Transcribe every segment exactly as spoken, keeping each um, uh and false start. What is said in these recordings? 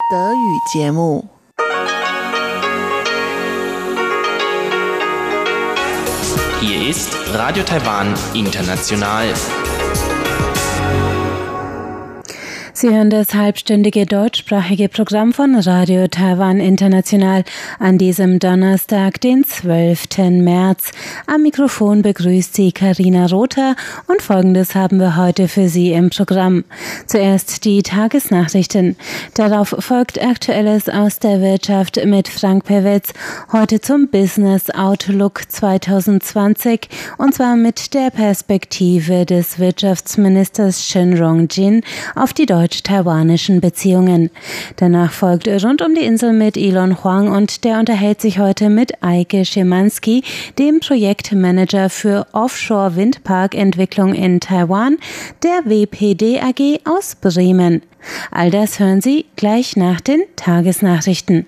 Hier ist Radio Taiwan International. Sie hören das halbstündige deutschsprachige Programm von Radio Taiwan International an diesem Donnerstag, den zwölften März. Am Mikrofon begrüßt Sie Carina Rother und Folgendes haben wir heute für Sie im Programm. Zuerst die Tagesnachrichten. Darauf folgt Aktuelles aus der Wirtschaft mit Frank Pewitz, heute zum Business Outlook zwanzig zwanzig und zwar mit der Perspektive des Wirtschaftsministers Chen Rong-jin auf die deutsch-taiwanischen Beziehungen. Danach folgt Rund um die Insel mit Elon Huang und der unterhält sich heute mit Eike Schimanski, dem Projektmanager für Offshore-Windparkentwicklung in Taiwan, der W P D A G aus Bremen. All das hören Sie gleich nach den Tagesnachrichten.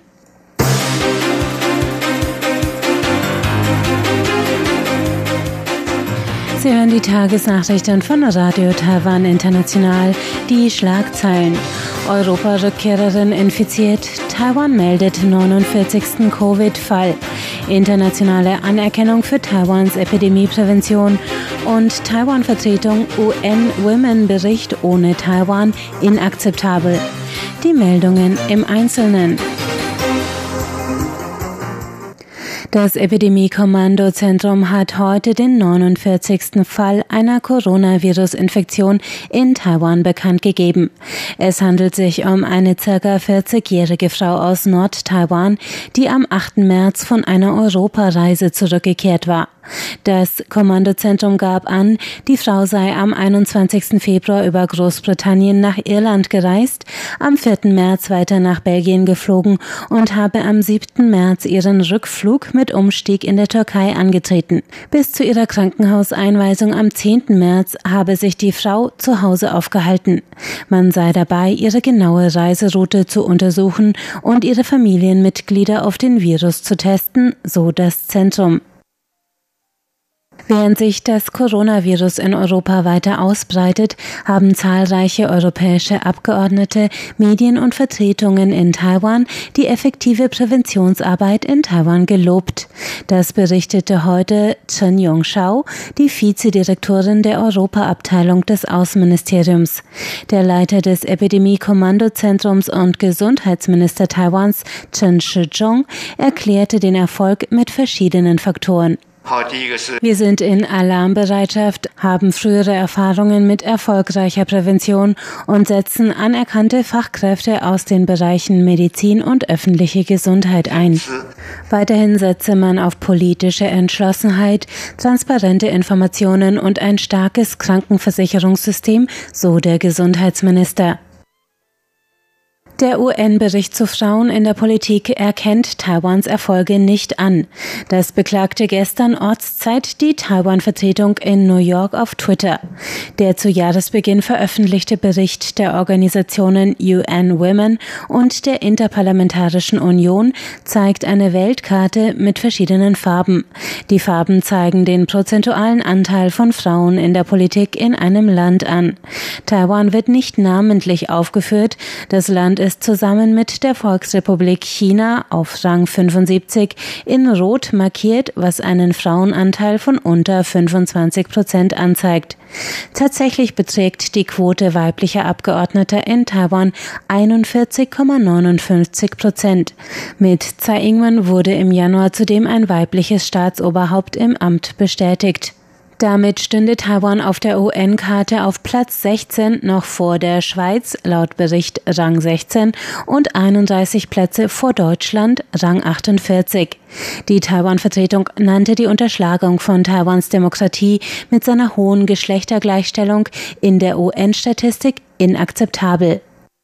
Sie hören die Tagesnachrichten von Radio Taiwan International. Die Schlagzeilen. Europa-Rückkehrerin infiziert. Taiwan meldet neunundvierzigsten Covid-Fall. Internationale Anerkennung für Taiwans Epidemieprävention. Und Taiwan-Vertretung U N-Women-Bericht ohne Taiwan inakzeptabel. Die Meldungen im Einzelnen. Das Epidemie-Kommandozentrum hat heute den neunundvierzigsten Fall einer Coronavirus-Infektion in Taiwan bekannt gegeben. Es handelt sich um eine ca. vierzigjährige Frau aus Nord-Taiwan, die am achten März von einer Europareise zurückgekehrt war. Das Kommandozentrum gab an, die Frau sei am einundzwanzigsten Februar über Großbritannien nach Irland gereist, am vierten März weiter nach Belgien geflogen und habe am siebten März ihren Rückflug mit Umstieg in der Türkei angetreten. Bis zu ihrer Krankenhauseinweisung am zehnten März habe sich die Frau zu Hause aufgehalten. Man sei dabei, ihre genaue Reiseroute zu untersuchen und ihre Familienmitglieder auf den Virus zu testen, so das Zentrum. Während sich das Coronavirus in Europa weiter ausbreitet, haben zahlreiche europäische Abgeordnete, Medien und Vertretungen in Taiwan die effektive Präventionsarbeit in Taiwan gelobt. Das berichtete heute Chen Yongshao, die Vizedirektorin der Europaabteilung des Außenministeriums. Der Leiter des Epidemie-Kommandozentrums und Gesundheitsminister Taiwans, Chen Shizhong, erklärte den Erfolg mit verschiedenen Faktoren. Wir sind in Alarmbereitschaft, haben frühere Erfahrungen mit erfolgreicher Prävention und setzen anerkannte Fachkräfte aus den Bereichen Medizin und öffentliche Gesundheit ein. Weiterhin setze man auf politische Entschlossenheit, transparente Informationen und ein starkes Krankenversicherungssystem, so der Gesundheitsminister. Der U N-Bericht zu Frauen in der Politik erkennt Taiwans Erfolge nicht an. Das beklagte gestern Ortszeit die Taiwan-Vertretung in New York auf Twitter. Der zu Jahresbeginn veröffentlichte Bericht der Organisationen U N Women und der Interparlamentarischen Union zeigt eine Weltkarte mit verschiedenen Farben. Die Farben zeigen den prozentualen Anteil von Frauen in der Politik in einem Land an. Taiwan wird nicht namentlich aufgeführt. Das Land ist zusammen mit der Volksrepublik China auf Rang fünfundsiebzig in Rot markiert, was einen Frauenanteil von unter fünfundzwanzig Prozent anzeigt. Tatsächlich beträgt die Quote weiblicher Abgeordneter in Taiwan einundvierzig Komma neunundfünfzig Prozent. Mit Tsai Ing-wen wurde im Januar zudem ein weibliches Staatsoberhaupt im Amt bestätigt. Damit stünde Taiwan auf der U N-Karte auf Platz sechzehn noch vor der Schweiz, laut Bericht Rang sechzehn, und einunddreißig Plätze vor Deutschland, Rang achtundvierzig. Die Taiwan-Vertretung nannte die Unterschlagung von Taiwans Demokratie mit seiner hohen Geschlechtergleichstellung in der U N-Statistik inakzeptabel.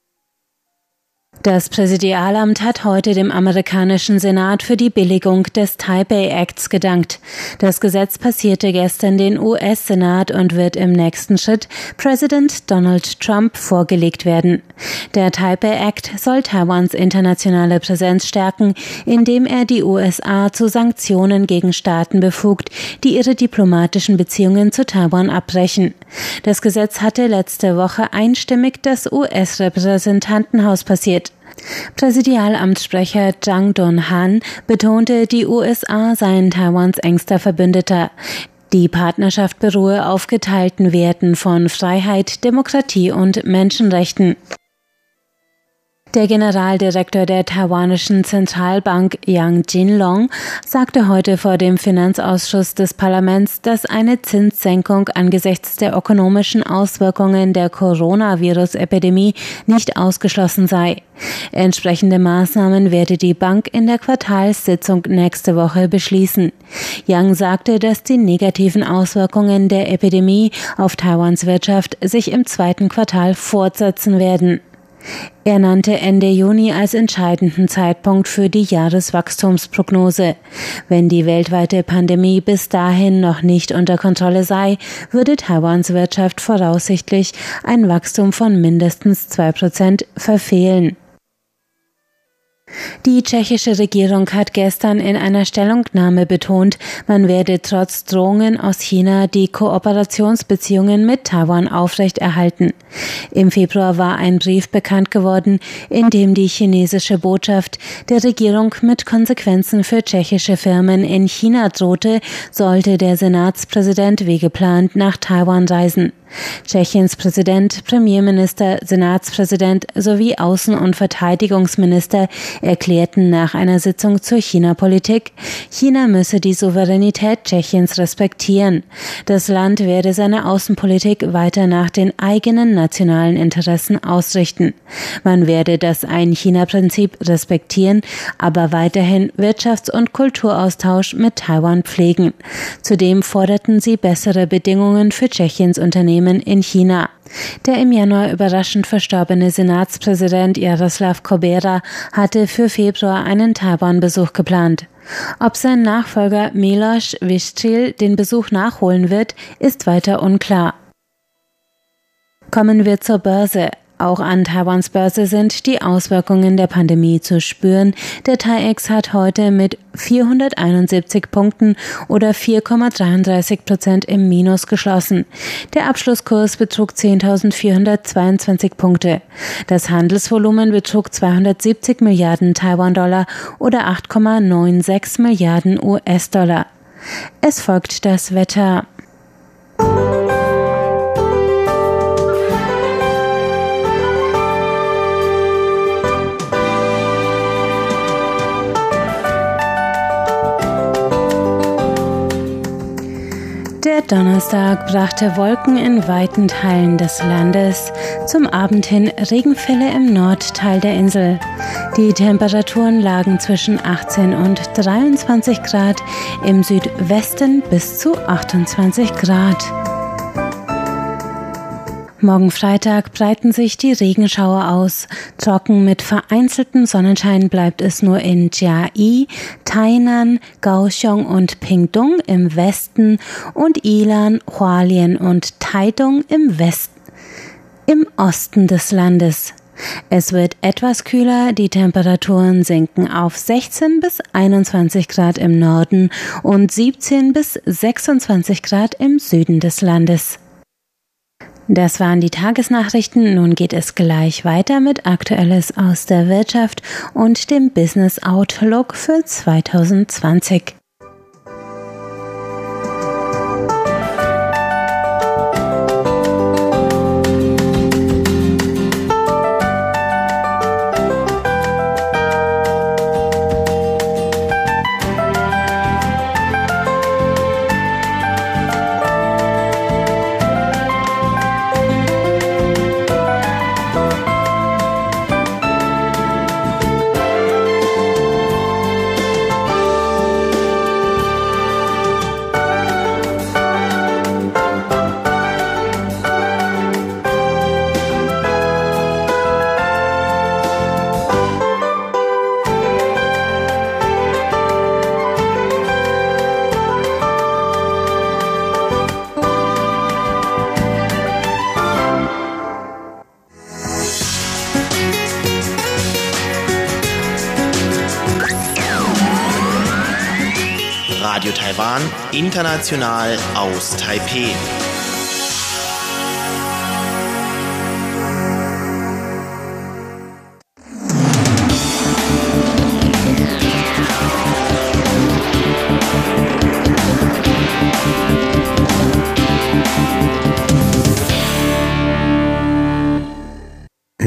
Das Präsidialamt hat heute dem amerikanischen Senat für die Billigung des Taipei Acts gedankt. Das Gesetz passierte gestern den U S-Senat und wird im nächsten Schritt Präsident Donald Trump vorgelegt werden. Der Taipei Act soll Taiwans internationale Präsenz stärken, indem er die U S A zu Sanktionen gegen Staaten befugt, die ihre diplomatischen Beziehungen zu Taiwan abbrechen. Das Gesetz hatte letzte Woche einstimmig das U S-Repräsentantenhaus passiert. geht. Präsidialamtssprecher Chang Dong-han betonte, die U S A seien Taiwans engster Verbündeter. Die Partnerschaft beruhe auf geteilten Werten von Freiheit, Demokratie und Menschenrechten. Der Generaldirektor der taiwanischen Zentralbank Yang Jinlong sagte heute vor dem Finanzausschuss des Parlaments, dass eine Zinssenkung angesichts der ökonomischen Auswirkungen der Coronavirus-Epidemie nicht ausgeschlossen sei. Entsprechende Maßnahmen werde die Bank in der Quartalssitzung nächste Woche beschließen. Yang sagte, dass die negativen Auswirkungen der Epidemie auf Taiwans Wirtschaft sich im zweiten Quartal fortsetzen werden. Er nannte Ende Juni als entscheidenden Zeitpunkt für die Jahreswachstumsprognose. Wenn die weltweite Pandemie bis dahin noch nicht unter Kontrolle sei, würde Taiwans Wirtschaft voraussichtlich ein Wachstum von mindestens zwei Prozent verfehlen. Die tschechische Regierung hat gestern in einer Stellungnahme betont, man werde trotz Drohungen aus China die Kooperationsbeziehungen mit Taiwan aufrechterhalten. Im Februar war ein Brief bekannt geworden, in dem die chinesische Botschaft der Regierung mit Konsequenzen für tschechische Firmen in China drohte, sollte der Senatspräsident wie geplant nach Taiwan reisen. Tschechiens Präsident, Premierminister, Senatspräsident sowie Außen- und Verteidigungsminister erklärten nach einer Sitzung zur China-Politik, China müsse die Souveränität Tschechiens respektieren. Das Land werde seine Außenpolitik weiter nach den eigenen nationalen Interessen ausrichten. Man werde das Ein-China-Prinzip respektieren, aber weiterhin Wirtschafts- und Kulturaustausch mit Taiwan pflegen. Zudem forderten sie bessere Bedingungen für Tschechiens Unternehmen in China. Der im Januar überraschend verstorbene Senatspräsident Jaroslav Kobera hatte für Februar einen Taiwan-Besuch geplant. Ob sein Nachfolger Miloš Vystrčil den Besuch nachholen wird, ist weiter unklar. Kommen wir zur Börse. Auch an Taiwans Börse sind die Auswirkungen der Pandemie zu spüren. Der T A I X hat heute mit vierhunderteinundsiebzig Punkten oder vier Komma dreiunddreißig Prozent im Minus geschlossen. Der Abschlusskurs betrug zehntausendvierhundertzweiundzwanzig Punkte. Das Handelsvolumen betrug zweihundertsiebzig Milliarden Taiwan-Dollar oder acht Komma sechsundneunzig Milliarden U S-Dollar. Es folgt das Wetter. Der Donnerstag brachte Wolken in weiten Teilen des Landes, zum Abend hin Regenfälle im Nordteil der Insel. Die Temperaturen lagen zwischen achtzehn und dreiundzwanzig Grad, im Südwesten bis zu achtundzwanzig Grad. Morgen Freitag breiten sich die Regenschauer aus. Trocken mit vereinzeltem Sonnenschein bleibt es nur in Chiayi, Tainan, Kaohsiung und Pingtung im Westen und Ilan, Hualien und Taitung im Westen, im Osten des Landes. Es wird etwas kühler, die Temperaturen sinken auf sechzehn bis einundzwanzig Grad im Norden und siebzehn bis sechsundzwanzig Grad im Süden des Landes. Das waren die Tagesnachrichten. Nun geht es gleich weiter mit Aktuelles aus der Wirtschaft und dem Business Outlook für zweitausendzwanzig. Radio Taiwan, international aus Taipeh.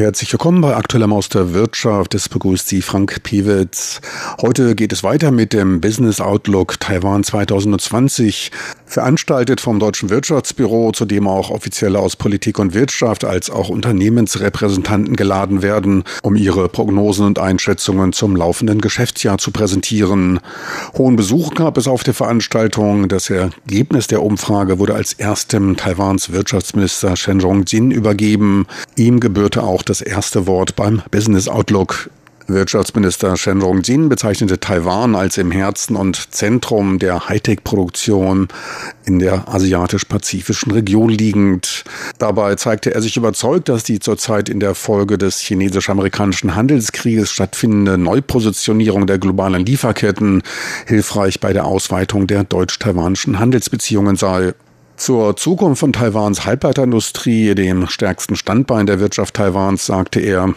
Herzlich willkommen bei Aktuellem aus der Wirtschaft. Es begrüßt Sie Frank Pewitz. Heute geht es weiter mit dem Business Outlook Taiwan zwanzig zwanzig, veranstaltet vom Deutschen Wirtschaftsbüro, zu dem auch Offizielle aus Politik und Wirtschaft als auch Unternehmensrepräsentanten geladen werden, um ihre Prognosen und Einschätzungen zum laufenden Geschäftsjahr zu präsentieren. Hohen Besuch gab es auf der Veranstaltung. Das Ergebnis der Umfrage wurde als erstem Taiwans Wirtschaftsminister Chen Rong-jin übergeben. Ihm gebührte auch das erste Wort beim Business Outlook. Wirtschaftsminister Chen Rong-jin bezeichnete Taiwan als im Herzen und Zentrum der Hightech-Produktion in der asiatisch-pazifischen Region liegend. Dabei zeigte er sich überzeugt, dass die zurzeit in der Folge des chinesisch-amerikanischen Handelskrieges stattfindende Neupositionierung der globalen Lieferketten hilfreich bei der Ausweitung der deutsch-taiwanischen Handelsbeziehungen sei. Zur Zukunft von Taiwans Halbleiterindustrie, dem stärksten Standbein der Wirtschaft Taiwans, sagte er: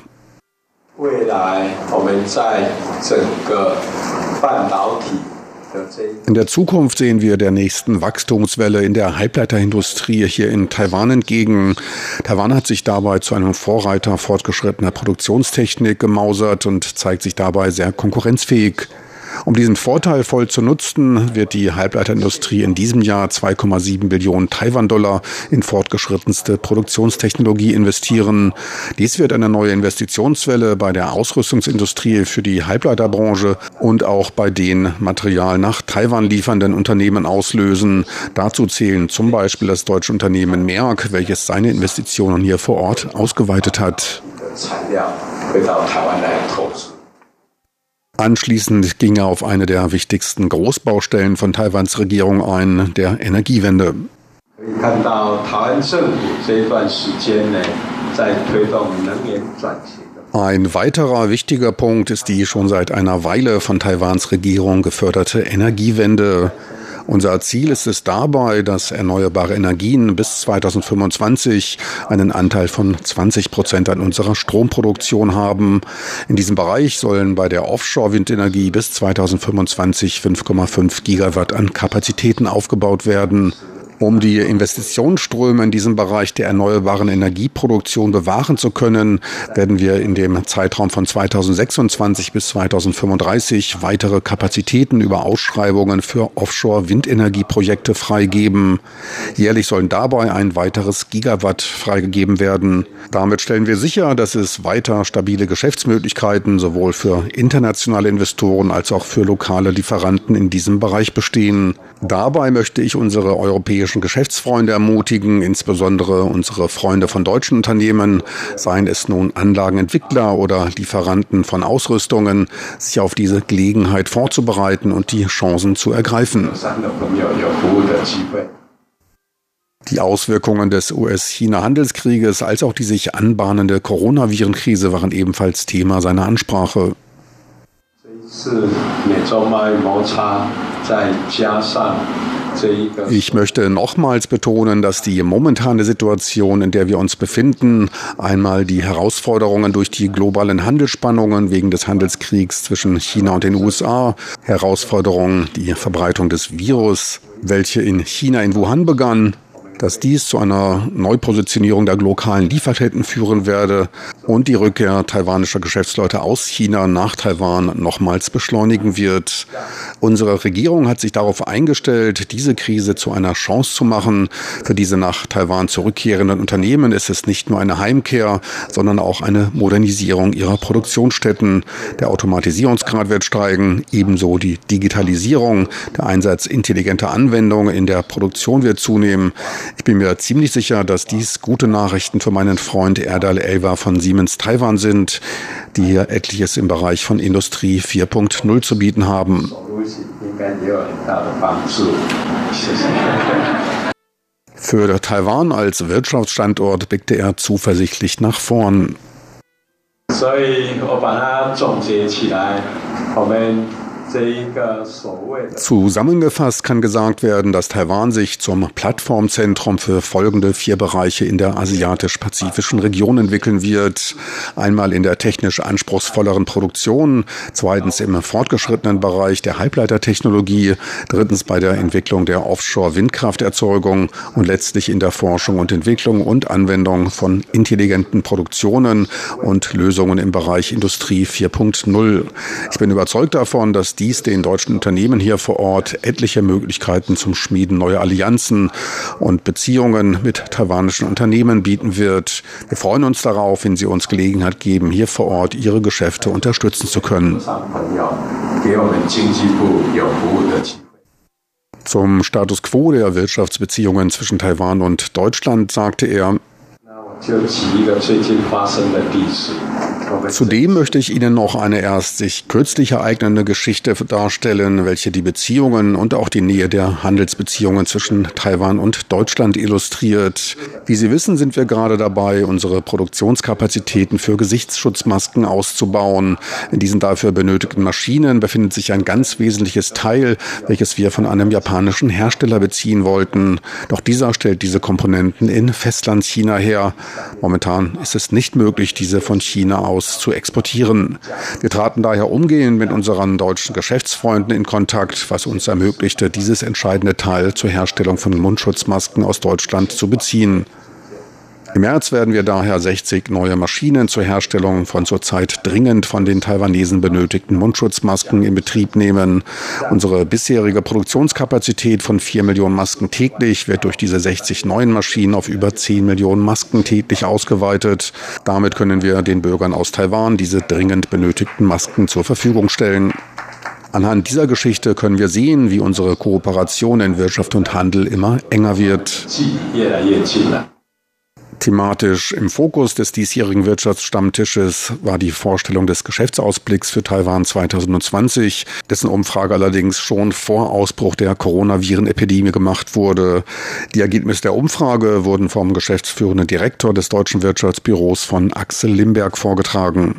In der Zukunft sehen wir der nächsten Wachstumswelle in der Halbleiterindustrie hier in Taiwan entgegen. Taiwan hat sich dabei zu einem Vorreiter fortgeschrittener Produktionstechnik gemausert und zeigt sich dabei sehr konkurrenzfähig. Um diesen Vorteil voll zu nutzen, wird die Halbleiterindustrie in diesem Jahr zwei Komma sieben Billionen Taiwan-Dollar in fortgeschrittenste Produktionstechnologie investieren. Dies wird eine neue Investitionswelle bei der Ausrüstungsindustrie für die Halbleiterbranche und auch bei den Material nach Taiwan liefernden Unternehmen auslösen. Dazu zählen zum Beispiel das deutsche Unternehmen Merck, welches seine Investitionen hier vor Ort ausgeweitet hat. Anschließend ging er auf eine der wichtigsten Großbaustellen von Taiwans Regierung ein, der Energiewende. Ein weiterer wichtiger Punkt ist die schon seit einer Weile von Taiwans Regierung geförderte Energiewende. Unser Ziel ist es dabei, dass erneuerbare Energien bis zweitausendfünfundzwanzig einen Anteil von zwanzig Prozent an unserer Stromproduktion haben. In diesem Bereich sollen bei der Offshore-Windenergie bis zweitausendfünfundzwanzig fünf Komma fünf Gigawatt an Kapazitäten aufgebaut werden. Um die Investitionsströme in diesem Bereich der erneuerbaren Energieproduktion bewahren zu können, werden wir in dem Zeitraum von zweitausendsechsundzwanzig bis zweitausendfünfunddreißig weitere Kapazitäten über Ausschreibungen für Offshore-Windenergieprojekte freigeben. Jährlich sollen dabei ein weiteres Gigawatt freigegeben werden. Damit stellen wir sicher, dass es weiter stabile Geschäftsmöglichkeiten sowohl für internationale Investoren als auch für lokale Lieferanten in diesem Bereich bestehen. Dabei möchte ich unsere europäischen Geschäftsfreunde ermutigen, insbesondere unsere Freunde von deutschen Unternehmen, seien es nun Anlagenentwickler oder Lieferanten von Ausrüstungen, sich auf diese Gelegenheit vorzubereiten und die Chancen zu ergreifen. Die Auswirkungen des U S-China-Handelskrieges als auch die sich anbahnende Coronavirenkrise waren ebenfalls Thema seiner Ansprache. Ich möchte nochmals betonen, dass die momentane Situation, in der wir uns befinden, einmal die Herausforderungen durch die globalen Handelsspannungen wegen des Handelskriegs zwischen China und den U S A, Herausforderungen, die Verbreitung des Virus, welche in China in Wuhan begann, dass dies zu einer Neupositionierung der lokalen Lieferketten führen werde und die Rückkehr taiwanischer Geschäftsleute aus China nach Taiwan nochmals beschleunigen wird. Unsere Regierung hat sich darauf eingestellt, diese Krise zu einer Chance zu machen. Für diese nach Taiwan zurückkehrenden Unternehmen ist es nicht nur eine Heimkehr, sondern auch eine Modernisierung ihrer Produktionsstätten. Der Automatisierungsgrad wird steigen, ebenso die Digitalisierung. Der Einsatz intelligenter Anwendungen in der Produktion wird zunehmen. Ich bin mir ziemlich sicher, dass dies gute Nachrichten für meinen Freund Erdal Elva von Siemens Taiwan sind, die hier etliches im Bereich von Industrie vier Punkt null zu bieten haben. Für Taiwan als Wirtschaftsstandort blickte er zuversichtlich nach vorn. Zusammengefasst kann gesagt werden, dass Taiwan sich zum Plattformzentrum für folgende vier Bereiche in der asiatisch-pazifischen Region entwickeln wird. Einmal in der technisch anspruchsvolleren Produktion, zweitens im fortgeschrittenen Bereich der Halbleitertechnologie, drittens bei der Entwicklung der Offshore-Windkrafterzeugung und letztlich in der Forschung und Entwicklung und Anwendung von intelligenten Produktionen und Lösungen im Bereich Industrie vier Punkt null. Ich bin überzeugt davon, dass dies den deutschen Unternehmen hier vor Ort etliche Möglichkeiten zum Schmieden neuer Allianzen und Beziehungen mit taiwanischen Unternehmen bieten wird. Wir freuen uns darauf, wenn Sie uns Gelegenheit geben, hier vor Ort Ihre Geschäfte unterstützen zu können. Zum Status quo der Wirtschaftsbeziehungen zwischen Taiwan und Deutschland sagte er: Zudem möchte ich Ihnen noch eine erst sich kürzlich ereignende Geschichte darstellen, welche die Beziehungen und auch die Nähe der Handelsbeziehungen zwischen Taiwan und Deutschland illustriert. Wie Sie wissen, sind wir gerade dabei, unsere Produktionskapazitäten für Gesichtsschutzmasken auszubauen. In diesen dafür benötigten Maschinen befindet sich ein ganz wesentliches Teil, welches wir von einem japanischen Hersteller beziehen wollten. Doch dieser stellt diese Komponenten in Festlandchina her. Momentan ist es nicht möglich, diese von China aus zu exportieren. Wir traten daher umgehend mit unseren deutschen Geschäftsfreunden in Kontakt, was uns ermöglichte, dieses entscheidende Teil zur Herstellung von Mundschutzmasken aus Deutschland zu beziehen. Im März werden wir daher sechzig neue Maschinen zur Herstellung von zurzeit dringend von den Taiwanesen benötigten Mundschutzmasken in Betrieb nehmen. Unsere bisherige Produktionskapazität von vier Millionen Masken täglich wird durch diese sechzig neuen Maschinen auf über zehn Millionen Masken täglich ausgeweitet. Damit können wir den Bürgern aus Taiwan diese dringend benötigten Masken zur Verfügung stellen. Anhand dieser Geschichte können wir sehen, wie unsere Kooperation in Wirtschaft und Handel immer enger wird. Thematisch im Fokus des diesjährigen Wirtschaftsstammtisches war die Vorstellung des Geschäftsausblicks für Taiwan zwanzig zwanzig, dessen Umfrage allerdings schon vor Ausbruch der Coronaviren-Epidemie gemacht wurde. Die Ergebnisse der Umfrage wurden vom geschäftsführenden Direktor des Deutschen Wirtschaftsbüros von Axel Limberg vorgetragen.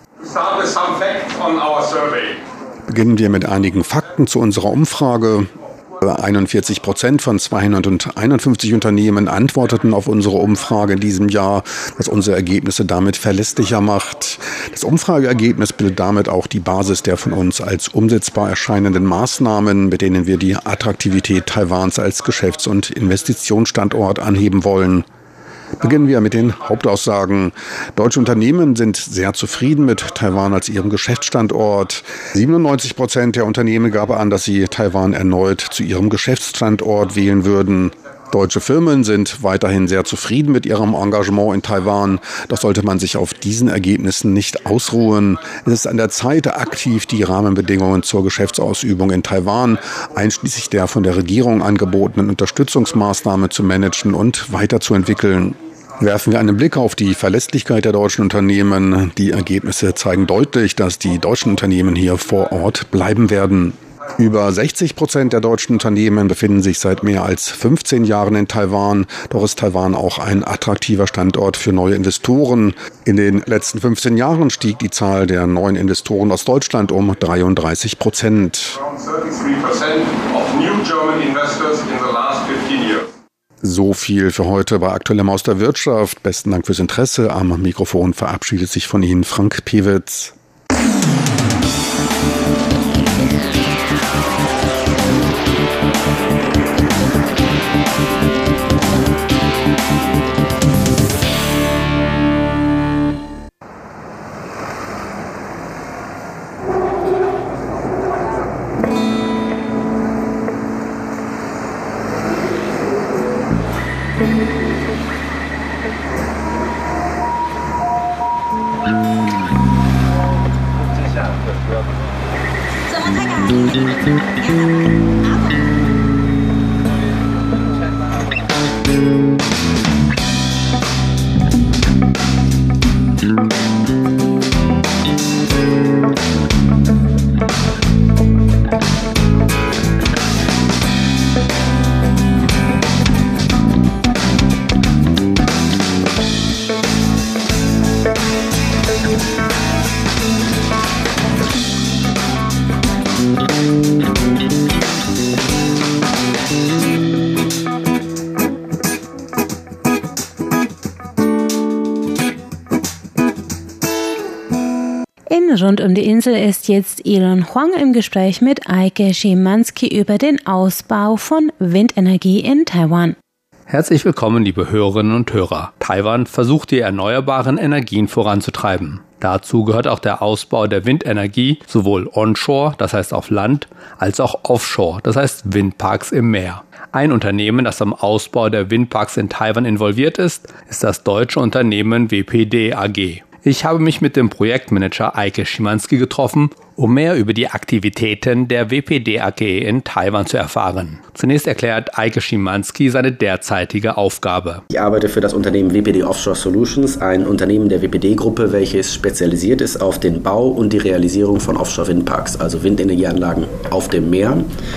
Beginnen wir mit einigen Fakten zu unserer Umfrage. einundvierzig Prozent von zweihunderteinundfünfzig Unternehmen antworteten auf unsere Umfrage in diesem Jahr, was unsere Ergebnisse damit verlässlicher macht. Das Umfrageergebnis bildet damit auch die Basis der von uns als umsetzbar erscheinenden Maßnahmen, mit denen wir die Attraktivität Taiwans als Geschäfts- und Investitionsstandort anheben wollen. Beginnen wir mit den Hauptaussagen. Deutsche Unternehmen sind sehr zufrieden mit Taiwan als ihrem Geschäftsstandort. siebenundneunzig Prozent der Unternehmen gaben an, dass sie Taiwan erneut zu ihrem Geschäftsstandort wählen würden. Deutsche Firmen sind weiterhin sehr zufrieden mit ihrem Engagement in Taiwan. Doch sollte man sich auf diesen Ergebnissen nicht ausruhen. Es ist an der Zeit, aktiv die Rahmenbedingungen zur Geschäftsausübung in Taiwan, einschließlich der von der Regierung angebotenen Unterstützungsmaßnahmen zu managen und weiterzuentwickeln. Werfen wir einen Blick auf die Verlässlichkeit der deutschen Unternehmen. Die Ergebnisse zeigen deutlich, dass die deutschen Unternehmen hier vor Ort bleiben werden. Über sechzig Prozent der deutschen Unternehmen befinden sich seit mehr als fünfzehn Jahren in Taiwan. Doch ist Taiwan auch ein attraktiver Standort für neue Investoren. In den letzten fünfzehn Jahren stieg die Zahl der neuen Investoren aus Deutschland um dreiunddreißig Prozent. So viel für heute bei Aktuellem aus der Wirtschaft. Besten Dank fürs Interesse. Am Mikrofon verabschiedet sich von Ihnen Frank Pewitz. Rund um die Insel ist jetzt Elon Huang im Gespräch mit Eike Schimanski über den Ausbau von Windenergie in Taiwan. Herzlich willkommen, liebe Hörerinnen und Hörer. Taiwan versucht, die erneuerbaren Energien voranzutreiben. Dazu gehört auch der Ausbau der Windenergie, sowohl onshore, das heißt auf Land, als auch offshore, das heißt Windparks im Meer. Ein Unternehmen, das am Ausbau der Windparks in Taiwan involviert ist, ist das deutsche Unternehmen W P D A G. Ich habe mich mit dem Projektmanager Eike Schimanski getroffen, um mehr über die Aktivitäten der W P D A G in Taiwan zu erfahren. Zunächst erklärt Eike Schimanski seine derzeitige Aufgabe. Ich arbeite für das Unternehmen W P D Offshore Solutions, ein Unternehmen der W P D-Gruppe, welches spezialisiert ist auf den Bau und die Realisierung von Offshore-Windparks, also Windenergieanlagen auf dem Meer.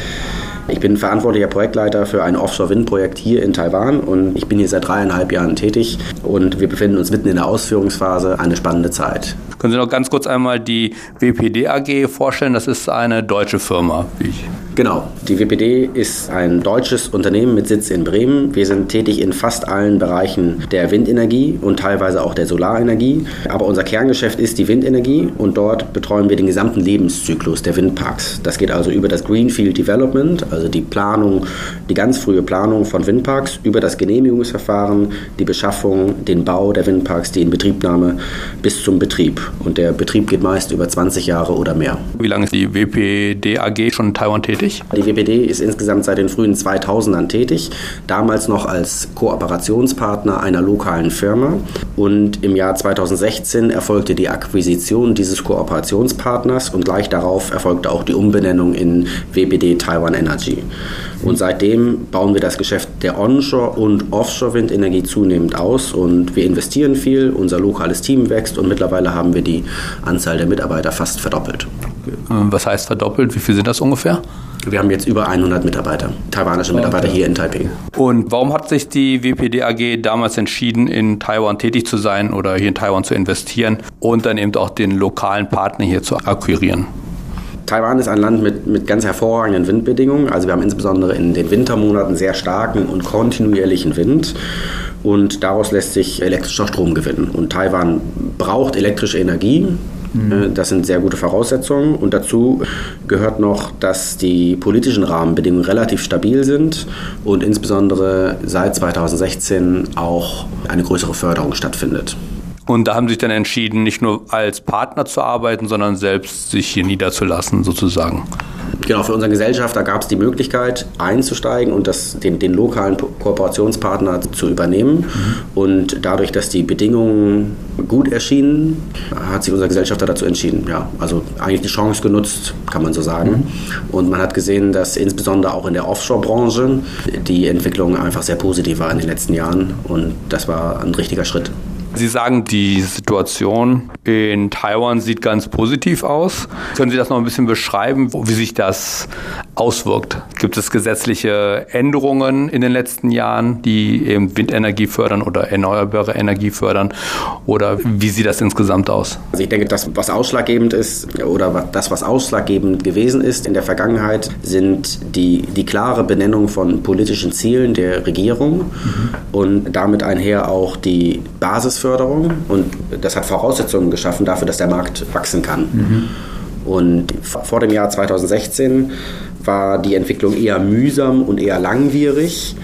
Ich bin verantwortlicher Projektleiter für ein Offshore-Windprojekt hier in Taiwan und ich bin hier seit dreieinhalb Jahren tätig und wir befinden uns mitten in der Ausführungsphase, eine spannende Zeit. Können Sie noch ganz kurz einmal die W P D A G vorstellen? Das ist eine deutsche Firma, wie ich. Genau, die W P D ist ein deutsches Unternehmen mit Sitz in Bremen. Wir sind tätig in fast allen Bereichen der Windenergie und teilweise auch der Solarenergie. Aber unser Kerngeschäft ist die Windenergie und dort betreuen wir den gesamten Lebenszyklus der Windparks. Das geht also über das Greenfield Development, also die Planung, die ganz frühe Planung von Windparks, über das Genehmigungsverfahren, die Beschaffung, den Bau der Windparks, die Inbetriebnahme bis zum Betrieb. Und der Betrieb geht meist über zwanzig Jahre oder mehr. Wie lange ist die W P D A G schon in Taiwan tätig? Die W P D ist insgesamt seit den frühen zweitausendern tätig, damals noch als Kooperationspartner einer lokalen Firma. Und im Jahr zweitausendsechzehn erfolgte die Akquisition dieses Kooperationspartners und gleich darauf erfolgte auch die Umbenennung in W P D Taiwan Energy. Und seitdem bauen wir das Geschäft der Onshore- und Offshore-Windenergie zunehmend aus und wir investieren viel, unser lokales Team wächst und mittlerweile haben wir die Anzahl der Mitarbeiter fast verdoppelt. Was heißt verdoppelt? Wie viel sind das ungefähr? Wir haben jetzt über hundert Mitarbeiter, taiwanische Mitarbeiter hier in Taipei. Und warum hat sich die W P D A G damals entschieden, in Taiwan tätig zu sein oder hier in Taiwan zu investieren und dann eben auch den lokalen Partner hier zu akquirieren? Taiwan ist ein Land mit, mit ganz hervorragenden Windbedingungen. Also wir haben insbesondere in den Wintermonaten sehr starken und kontinuierlichen Wind. Und daraus lässt sich elektrischer Strom gewinnen. Und Taiwan braucht elektrische Energie. Das sind sehr gute Voraussetzungen und dazu gehört noch, dass die politischen Rahmenbedingungen relativ stabil sind und insbesondere seit zweitausendsechzehn auch eine größere Förderung stattfindet. Und da haben Sie sich dann entschieden, nicht nur als Partner zu arbeiten, sondern selbst sich hier niederzulassen sozusagen. Genau, für unseren Gesellschafter gab es die Möglichkeit einzusteigen und das, den, den lokalen Kooperationspartner zu übernehmen. Mhm. Und dadurch, dass die Bedingungen gut erschienen, hat sich unser Gesellschafter dazu entschieden. Ja, also eigentlich die Chance genutzt, kann man so sagen. Mhm. Und man hat gesehen, dass insbesondere auch in der Offshore-Branche die Entwicklung einfach sehr positiv war in den letzten Jahren. Und das war ein richtiger Schritt. Sie sagen, die Situation in Taiwan sieht ganz positiv aus. Können Sie das noch ein bisschen beschreiben, wie sich das auswirkt? Gibt es gesetzliche Änderungen in den letzten Jahren, die eben Windenergie fördern oder erneuerbare Energie fördern? Oder wie sieht das insgesamt aus? Also ich denke, das, was ausschlaggebend ist oder das, was ausschlaggebend gewesen ist in der Vergangenheit, sind die, die klare Benennung von politischen Zielen der Regierung mhm. und damit einher auch die Basis Förderung und das hat Voraussetzungen geschaffen dafür, dass der Markt wachsen kann. Mhm. Und vor dem Jahr zweitausendsechzehn war die Entwicklung eher mühsam und eher langwierig.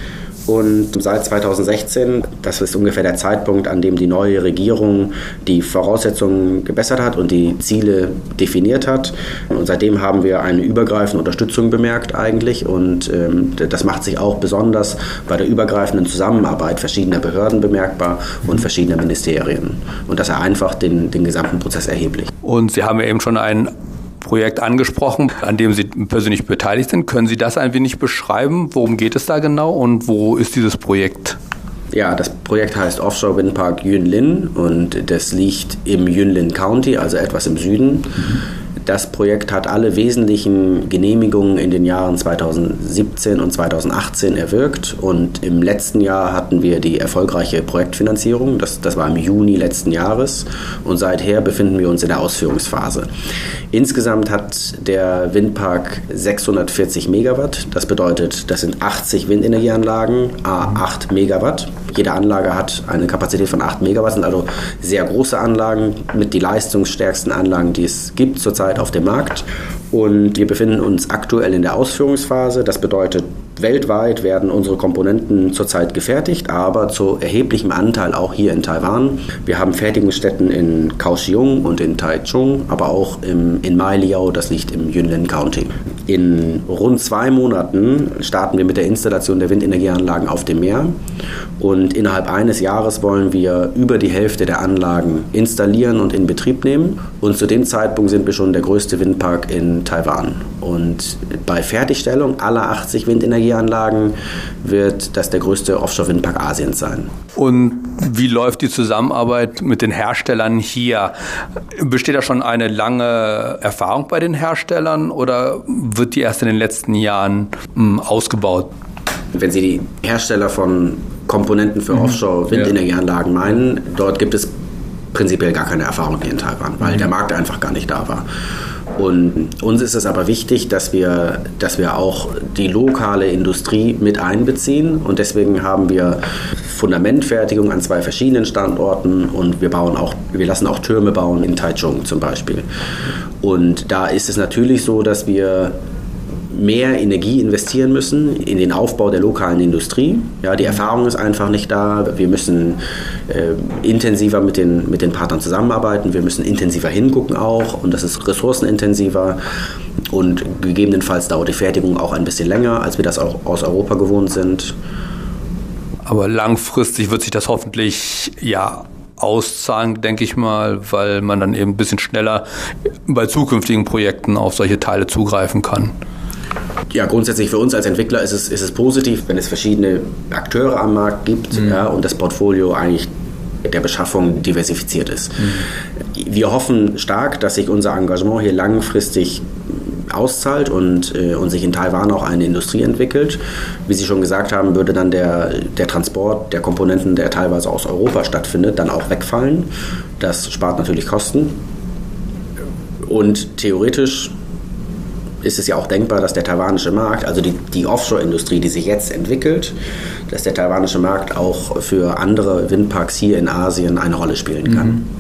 Und seit zweitausendsechzehn, das ist ungefähr der Zeitpunkt, an dem die neue Regierung die Voraussetzungen gebessert hat und die Ziele definiert hat. Und seitdem haben wir eine übergreifende Unterstützung bemerkt eigentlich. Und ähm, das macht sich auch besonders bei der übergreifenden Zusammenarbeit verschiedener Behörden bemerkbar und verschiedener Ministerien. Und das vereinfacht den, den gesamten Prozess erheblich. Und Sie haben ja eben schon ein Projekt angesprochen, an dem Sie persönlich beteiligt sind. Können Sie das ein wenig beschreiben? Worum geht es da genau und wo ist dieses Projekt? Ja, das Projekt heißt Offshore Windpark Yunlin und das liegt im Yunlin County, also etwas im Süden. Mhm. Das Projekt hat alle wesentlichen Genehmigungen in den Jahren zweitausendsiebzehn und zweitausendachtzehn erwirkt und im letzten Jahr hatten wir die erfolgreiche Projektfinanzierung, das, das war im Juni letzten Jahres und seither befinden wir uns in der Ausführungsphase. Insgesamt hat der Windpark sechshundertvierzig Megawatt, das bedeutet, das sind achtzig Windenergieanlagen, à acht Megawatt. Jede Anlage hat eine Kapazität von acht Megawatt, sind also sehr große Anlagen mit die leistungsstärksten Anlagen, die es gibt zurzeit auf dem Markt. Und wir befinden uns aktuell in der Ausführungsphase. Das bedeutet, weltweit werden unsere Komponenten zurzeit gefertigt, aber zu erheblichem Anteil auch hier in Taiwan. Wir haben Fertigungsstätten in Kaohsiung und in Taichung, aber auch im, in Mailiao, das liegt im Yunlin County. In rund zwei Monaten starten wir mit der Installation der Windenergieanlagen auf dem Meer. Und innerhalb eines Jahres wollen wir über die Hälfte der Anlagen installieren und in Betrieb nehmen. Und zu dem Zeitpunkt sind wir schon der größte Windpark in Taiwan. Und bei Fertigstellung aller achtzig Windenergieanlagen wird das der größte Offshore-Windpark Asiens sein. Und wie läuft die Zusammenarbeit mit den Herstellern hier? Besteht da schon eine lange Erfahrung bei den Herstellern oder wird die erst in den letzten Jahren mh, ausgebaut? Wenn Sie die Hersteller von Komponenten für mhm. Offshore-Windenergieanlagen meinen, dort gibt es prinzipiell gar keine Erfahrung hier in Taiwan, weil mhm. der Markt einfach gar nicht da war. Und uns ist es aber wichtig, dass wir, dass wir auch die lokale Industrie mit einbeziehen. Und deswegen haben wir Fundamentfertigung an zwei verschiedenen Standorten und wir bauen auch, wir lassen auch Türme bauen in Taichung zum Beispiel. Und da ist es natürlich so, dass wir mehr Energie investieren müssen in den Aufbau der lokalen Industrie. Ja, die Erfahrung ist einfach nicht da. Wir müssen äh, intensiver mit den, mit den Partnern zusammenarbeiten. Wir müssen intensiver hingucken auch und das ist ressourcenintensiver. Und gegebenenfalls dauert die Fertigung auch ein bisschen länger, als wir das auch aus Europa gewohnt sind. Aber langfristig wird sich das hoffentlich ja auszahlen, denke ich mal, weil man dann eben ein bisschen schneller bei zukünftigen Projekten auf solche Teile zugreifen kann. Ja, grundsätzlich für uns als Entwickler ist es, ist es positiv, wenn es verschiedene Akteure am Markt gibt mhm. ja, und das Portfolio eigentlich der Beschaffung diversifiziert ist. Mhm. Wir hoffen stark, dass sich unser Engagement hier langfristig auszahlt und, äh, und sich in Taiwan auch eine Industrie entwickelt. Wie Sie schon gesagt haben, würde dann der, der Transport der Komponenten, der teilweise aus Europa stattfindet, dann auch wegfallen. Das spart natürlich Kosten. Und theoretisch ist es ja auch denkbar, dass der taiwanische Markt, also die, die Offshore-Industrie, die sich jetzt entwickelt, dass der taiwanische Markt auch für andere Windparks hier in Asien eine Rolle spielen kann. Mhm.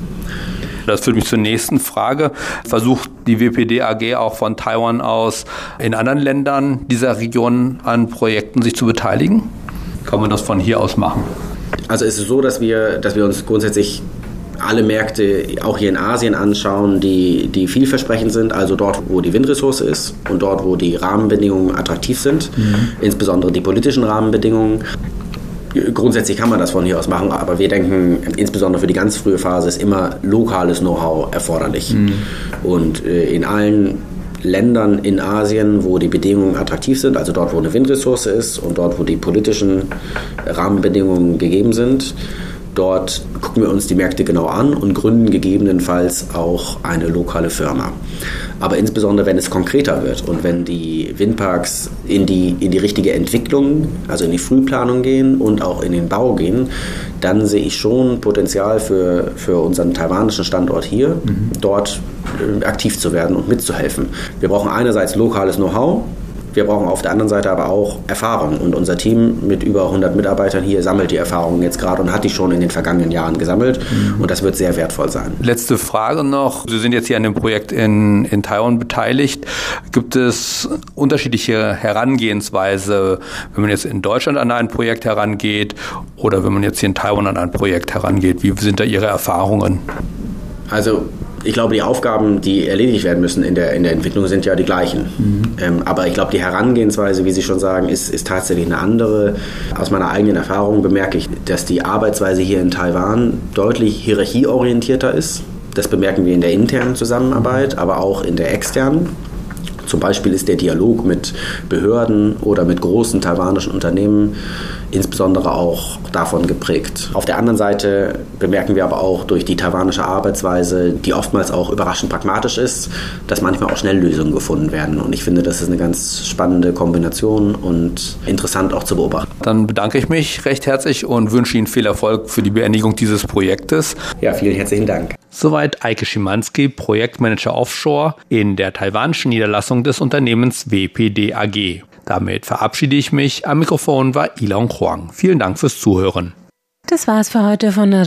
Das führt mich zur nächsten Frage. Versucht die W P D A G auch von Taiwan aus in anderen Ländern dieser Region an Projekten sich zu beteiligen? Kann man das von hier aus machen? Also es ist so, dass wir, dass wir uns grundsätzlich alle Märkte auch hier in Asien anschauen, die, die vielversprechend sind, also dort, wo die Windressource ist und dort, wo die Rahmenbedingungen attraktiv sind, mhm. insbesondere die politischen Rahmenbedingungen. Grundsätzlich kann man das von hier aus machen, aber wir denken, insbesondere für die ganz frühe Phase ist immer lokales Know-how erforderlich. Mhm. Und äh, in allen Ländern in Asien, wo die Bedingungen attraktiv sind, also dort, wo eine Windressource ist und dort, wo die politischen Rahmenbedingungen gegeben sind, dort gucken wir uns die Märkte genau an und gründen gegebenenfalls auch eine lokale Firma. Aber insbesondere, wenn es konkreter wird und wenn die Windparks in die, in die richtige Entwicklung, also in die Frühplanung gehen und auch in den Bau gehen, dann sehe ich schon Potenzial für, für unseren taiwanischen Standort hier, mhm. dort äh, aktiv zu werden und mitzuhelfen. Wir brauchen einerseits lokales Know-how. Wir brauchen auf der anderen Seite aber auch Erfahrung und unser Team mit über hundert Mitarbeitern hier sammelt die Erfahrungen jetzt gerade und hat die schon in den vergangenen Jahren gesammelt mhm. und das wird sehr wertvoll sein. Letzte Frage noch. Sie sind jetzt hier an dem Projekt in, in Taiwan beteiligt. Gibt es unterschiedliche Herangehensweise, wenn man jetzt in Deutschland an ein Projekt herangeht oder wenn man jetzt hier in Taiwan an ein Projekt herangeht? Wie sind da Ihre Erfahrungen? Also ich glaube, die Aufgaben, die erledigt werden müssen in der, in der Entwicklung, sind ja die gleichen. Mhm. Ähm, aber ich glaube, die Herangehensweise, wie Sie schon sagen, ist, ist tatsächlich eine andere. Aus meiner eigenen Erfahrung bemerke ich, dass die Arbeitsweise hier in Taiwan deutlich hierarchieorientierter ist. Das bemerken wir in der internen Zusammenarbeit, aber auch in der externen. Zum Beispiel ist der Dialog mit Behörden oder mit großen taiwanischen Unternehmen insbesondere auch davon geprägt. Auf der anderen Seite bemerken wir aber auch durch die taiwanische Arbeitsweise, die oftmals auch überraschend pragmatisch ist, dass manchmal auch schnell Lösungen gefunden werden. Und ich finde, das ist eine ganz spannende Kombination und interessant auch zu beobachten. Dann bedanke ich mich recht herzlich und wünsche Ihnen viel Erfolg für die Beendigung dieses Projektes. Ja, vielen herzlichen Dank. Soweit Eike Schimanski, Projektmanager Offshore in der taiwanischen Niederlassung des Unternehmens W P D A G. Damit verabschiede ich mich. Am Mikrofon war Ilon Huang. Vielen Dank fürs Zuhören. Das war's für heute von